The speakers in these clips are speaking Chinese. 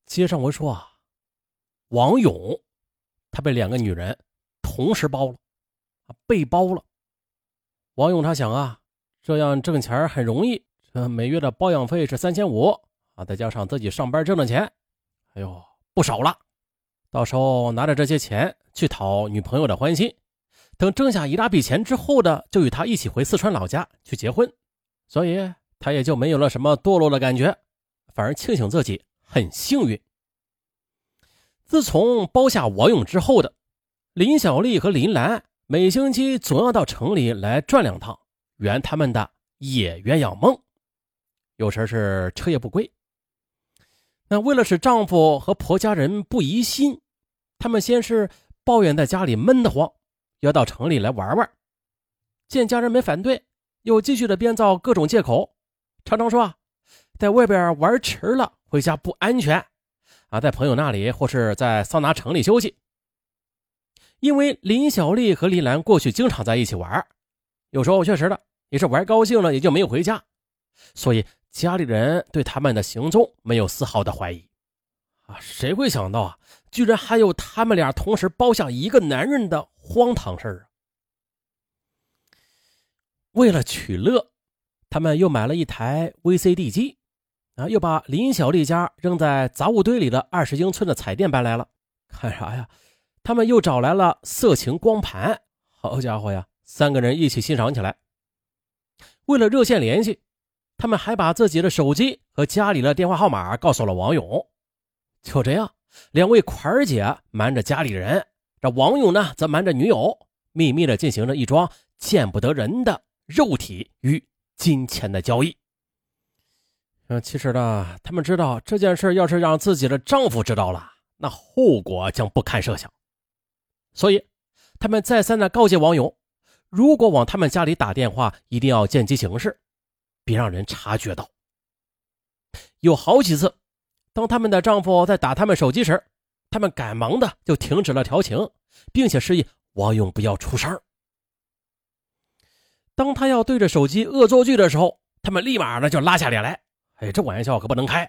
接上回说王勇他被2个女人同时包了，被包了。王勇他想这样挣钱很容易，每月的包养费是3500再加上自己上班挣的钱，哎呦，不少了。到时候拿着这些钱去讨女朋友的欢心，等挣下一大笔钱之后的，就与他一起回四川老家去结婚。所以他也就没有了什么堕落的感觉，反而庆幸自己很幸运。自从包下王勇之后的林小丽和林兰，每星期总要到城里来转2趟，圆他们的野鸳鸯梦。有时是彻夜不归。那为了使丈夫和婆家人不疑心，他们先是抱怨在家里闷得慌，要到城里来玩玩。见家人没反对，又继续的编造各种借口，常常说在外边玩迟了，回家不安全在朋友那里或是在桑拿城里休息。因为林小丽和林兰过去经常在一起玩，有时候确实的也是玩高兴了，也就没有回家，所以家里人对他们的行踪没有丝毫的怀疑谁会想到居然还有他们俩同时包下一个男人的荒唐事为了取乐，他们又买了一台 VCD 机又把林小丽家扔在杂物堆里的20英寸的彩电搬来了。看啥呀？他们又找来了色情光盘，好家伙呀，3个人一起欣赏起来。为了热线联系，他们还把自己的手机和家里的电话号码告诉了王勇。就这样，2位款姐瞒着家里人，这王勇呢则瞒着女友，秘密的进行着一桩见不得人的肉体与金钱的交易。其实呢，他们知道这件事要是让自己的丈夫知道了，那后果将不堪设想。所以他们再三的告诫王勇，如果往他们家里打电话，一定要见机行事，别让人察觉到。有好几次，当他们的丈夫在打他们手机时，他们赶忙的就停止了调情，并且示意王勇不要出声。当他要对着手机恶作剧的时候，他们立马就拉下脸来，这玩笑可不能开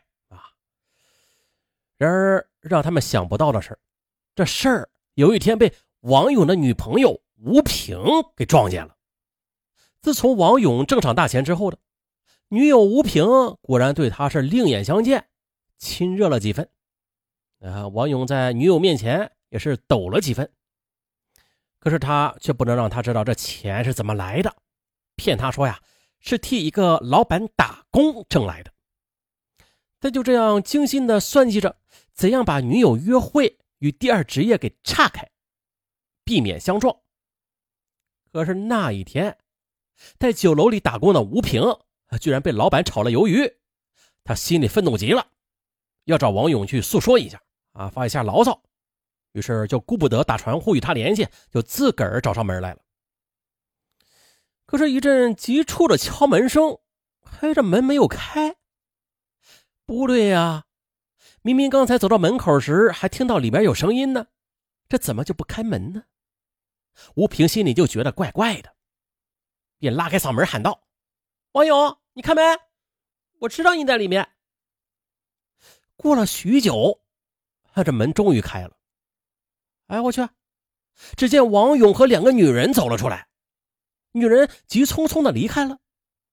然而让他们想不到的是，这事儿有一天被王勇的女朋友吴萍给撞见了。自从王勇挣上大钱之后的，女友吴萍果然对他是另眼相见，亲热了几分王勇在女友面前也是抖了几分。可是他却不能让他知道这钱是怎么来的，骗他说是替一个老板打工挣来的。他就这样精心的算计着怎样把女友约会与第二职业给岔开，避免相撞。可是那一天，在酒楼里打工的吴萍居然被老板炒了鱿鱼，他心里愤怒极了，要找王勇去诉说一下发一下牢骚，于是就顾不得打传呼与他联系，就自个儿找上门来了。可是一阵急促的敲门声，这门没有开。不对呀，明明刚才走到门口时还听到里面有声音呢，这怎么就不开门呢？吴萍心里就觉得怪怪的，便拉开嗓门喊道：王勇，你开门，我知道你在里面。过了许久，这门终于开了。我去，只见王勇和2个女人走了出来，女人急匆匆的离开了。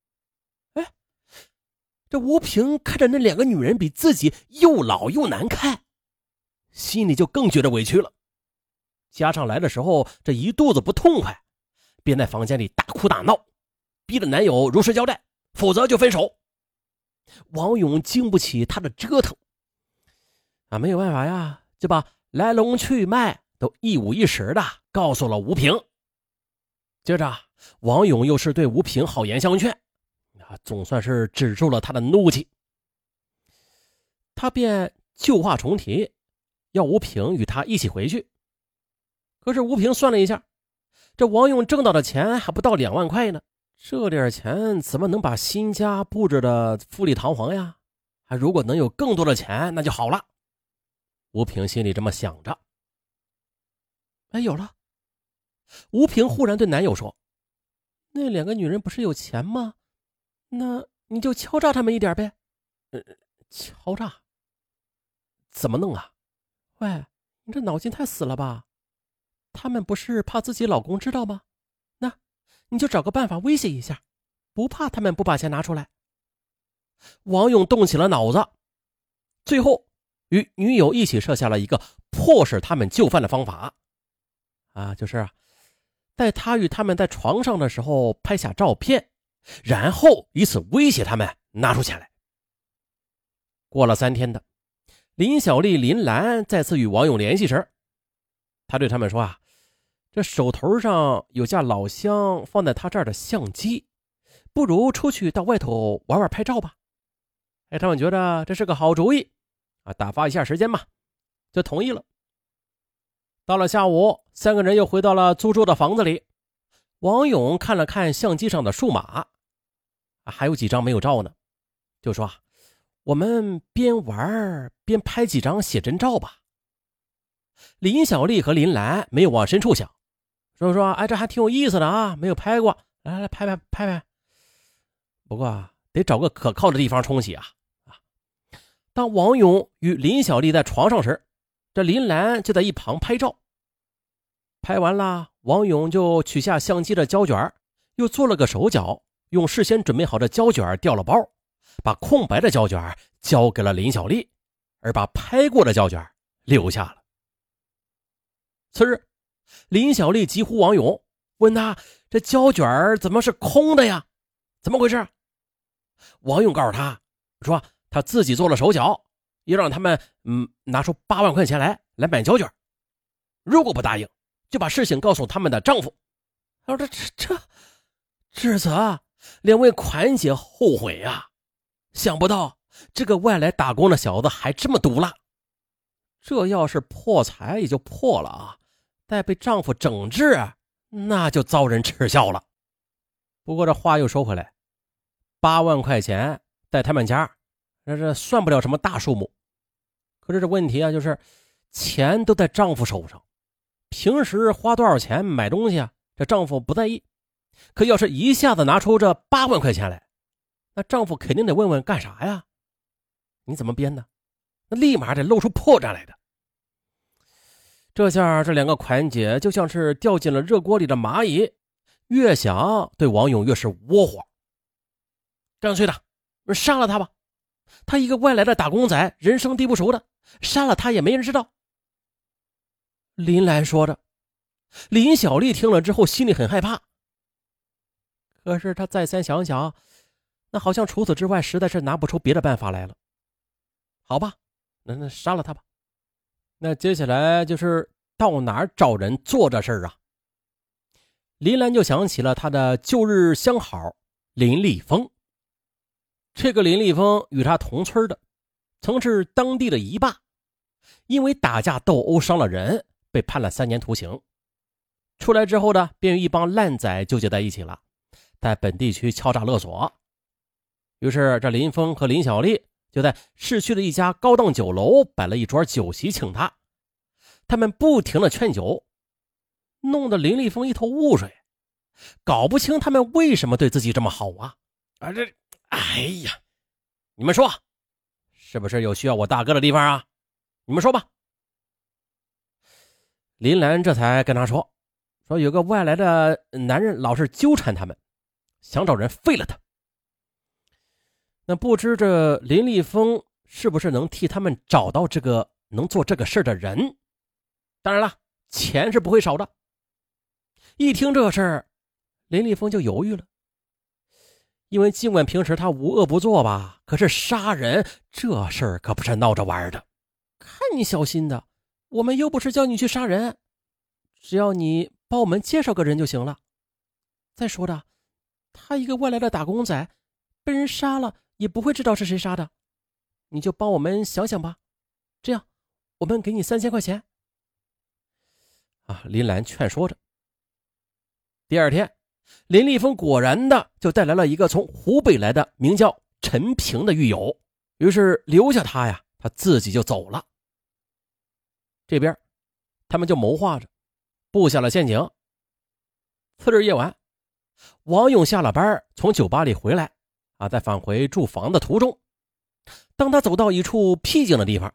这吴萍看着那2个女人比自己又老又难看，心里就更觉得委屈了。加上来的时候这一肚子不痛快，便在房间里大哭大闹，逼着男友如实交代，否则就分手。王勇经不起他的折腾没有办法呀，就把来龙去脉都一五一十的告诉了吴萍。接着王勇又是对吴萍好言相劝总算是止住了他的怒气。他便旧话重提，要吴萍与他一起回去。可是吴萍算了一下，这王勇挣到的钱还不到2万块呢，这点钱怎么能把新家布置的富丽堂皇呀？如果能有更多的钱那就好了。吴萍心里这么想着。有了。吴萍忽然对男友说，那2个女人不是有钱吗？那你就敲诈他们一点呗。敲诈？ 怎么弄啊？喂，你这脑筋太死了吧？他们不是怕自己老公知道吗？那你就找个办法威胁一下，不怕他们不把钱拿出来。王勇动起了脑子，最后与女友一起设下了一个迫使他们就范的方法就是在他与他们在床上的时候拍下照片，然后以此威胁他们拿出钱来。过了3天的，林小丽、林兰再次与王勇联系时，他对他们说这手头上有架老乡放在他这儿的相机，不如出去到外头玩玩拍照吧。他们觉得这是个好主意打发一下时间嘛，就同意了。到了下午，3个人又回到了租住的房子里。王勇看了看相机上的数码还有几张没有照呢，就说我们边玩边拍几张写真照吧。林小丽和林兰没有往深处想，说这还挺有意思的没有拍过，来拍。不过得找个可靠的地方冲洗当王勇与林小丽在床上时，这林兰就在一旁拍照。拍完了，王勇就取下相机的胶卷，又做了个手脚，用事先准备好的胶卷调了包，把空白的胶卷交给了林小丽，而把拍过的胶卷留下了。次日，林小丽急呼王勇，问他这胶卷怎么是空的呀？怎么回事？王勇告诉他说他自己做了手脚，要让他们拿出8万块钱来买胶卷，如果不答应就把事情告诉他们的丈夫。他说这至此两位款姐后悔想不到这个外来打工的小子还这么毒辣。这要是破财也就破了再被丈夫整治那就遭人耻笑了。不过这话又说回来，8万块钱在他们家这算不了什么大数目，可是这问题就是钱都在丈夫手上，平时花多少钱买东西这丈夫不在意，可要是一下子拿出这8万块钱来，那丈夫肯定得问问干啥呀？你怎么编的？那立马得露出破绽来的。这下这两个款姐就像是掉进了热锅里的蚂蚁，越想对王勇越是窝火。干脆的杀了他吧，他一个外来的打工仔，人生地不熟的，杀了他也没人知道。林兰说着，林小丽听了之后心里很害怕，可是他再三想想，那好像除此之外实在是拿不出别的办法来了。好吧，那杀了他吧。那接下来就是到哪儿找人做这事儿林兰就想起了他的旧日相好林立峰。这个林立峰与他同村的，曾是当地的一霸，因为打架斗殴伤了人，被判了3年徒刑。出来之后呢，便与一帮烂仔纠结在一起了，在本地区敲诈勒索。于是这林峰和林小丽就在市区的一家高档酒楼摆了一桌酒席请他，他们不停的劝酒，弄得林立峰一头雾水，搞不清他们为什么对自己这么好哎呀，你们说是不是有需要我大哥的地方你们说吧。林兰这才跟他说有个外来的男人老是纠缠他们，想找人废了他。那不知这林立峰是不是能替他们找到这个能做这个事的人？当然了，钱是不会少的。一听这事儿，林立峰就犹豫了，因为尽管平时他无恶不作吧，可是杀人这事儿可不是闹着玩的。看你小心的，我们又不是叫你去杀人，只要你帮我们介绍个人就行了。再说的，他一个外来的打工仔，被人杀了也不会知道是谁杀的，你就帮我们想想吧，这样我们给你3000块钱。林兰劝说着。第二天，林立峰果然的就带来了一个从湖北来的名叫陈平的狱友，于是留下他他自己就走了。这边他们就谋划着布下了陷阱。次日夜晚，王勇下了班从酒吧里回来在返回住房的途中，当他走到一处僻静的地方，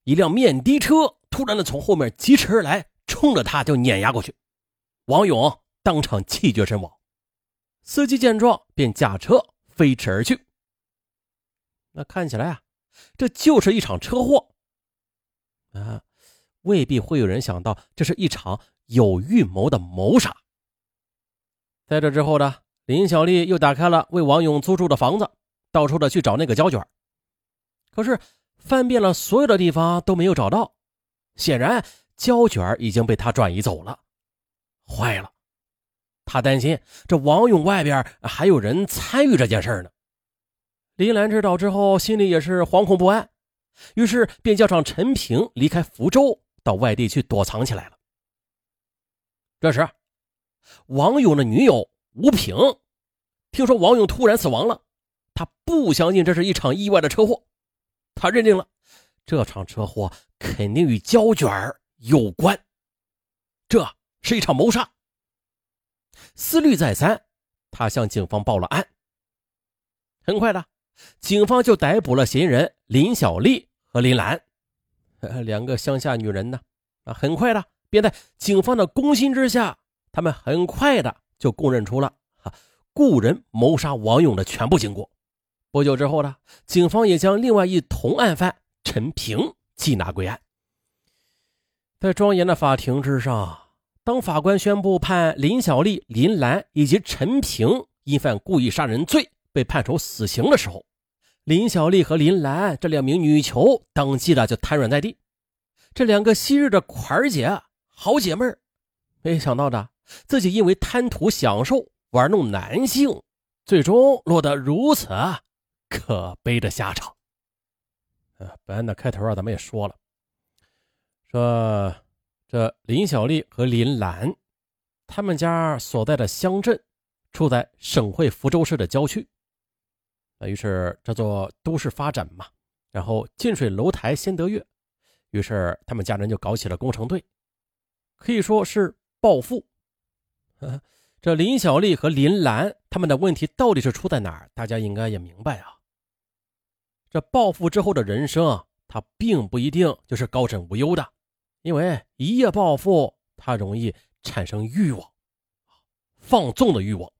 一辆面的车突然的从后面疾驰而来，冲着他就碾压过去。王勇当场气绝身亡。司机见状便驾车飞驰而去。那看起来啊，这就是一场车祸啊，未必会有人想到这是一场有预谋的谋杀。在这之后呢，林小丽又打开了为王勇租住的房子，到处的去找那个胶卷。可是翻遍了所有的地方都没有找到，显然胶卷已经被他转移走了。坏了，他担心这王勇外边还有人参与这件事呢。林兰知道之后心里也是惶恐不安，于是便叫上陈平离开福州，到外地去躲藏起来了。这时王勇的女友吴萍听说王勇突然死亡了，他不相信这是一场意外的车祸，他认定了这场车祸肯定与胶卷有关，这是一场谋杀。思虑再三，他向警方报了案。很快的，警方就逮捕了嫌疑人林小丽和林兰，两个乡下女人呢，很快的便在警方的攻心之下，他们很快的就供认出了雇人谋杀王勇的全部经过。不久之后呢，警方也将另外一同案犯陈平缉拿归案。在庄严的法庭之上，当法官宣布判林小丽、林兰以及陈平因犯故意杀人罪被判处死刑的时候，林小丽和林兰这两名女囚当即的就瘫软在地。这两个昔日的款儿姐好姐妹没想到的自己因为贪图享受玩弄男性，最终落得如此可悲的下场。本案的开头咱们也说了，说这林小丽和林兰他们家所在的乡镇处在省会福州市的郊区，于是这座都市发展嘛，然后近水楼台先得月，于是他们家人就搞起了工程队，可以说是暴富。这林小丽和林兰他们的问题到底是出在哪儿，大家应该也明白啊。这暴富之后的人生他并不一定就是高枕无忧的，因为一夜暴富他容易产生欲望，放纵的欲望。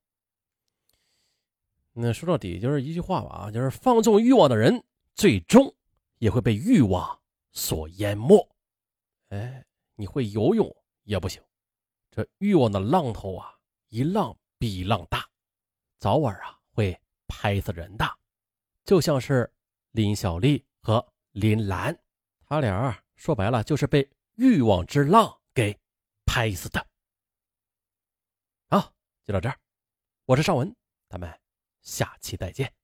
那说到底就是一句话吧，就是放纵欲望的人最终也会被欲望所淹没。你会游泳也不行，这欲望的浪头啊，一浪比一浪大，早晚会拍死人的。就像是林小丽和林兰，他俩说白了就是被欲望之浪给拍死的。好，就到这儿，我是尚文，咱们下期再见。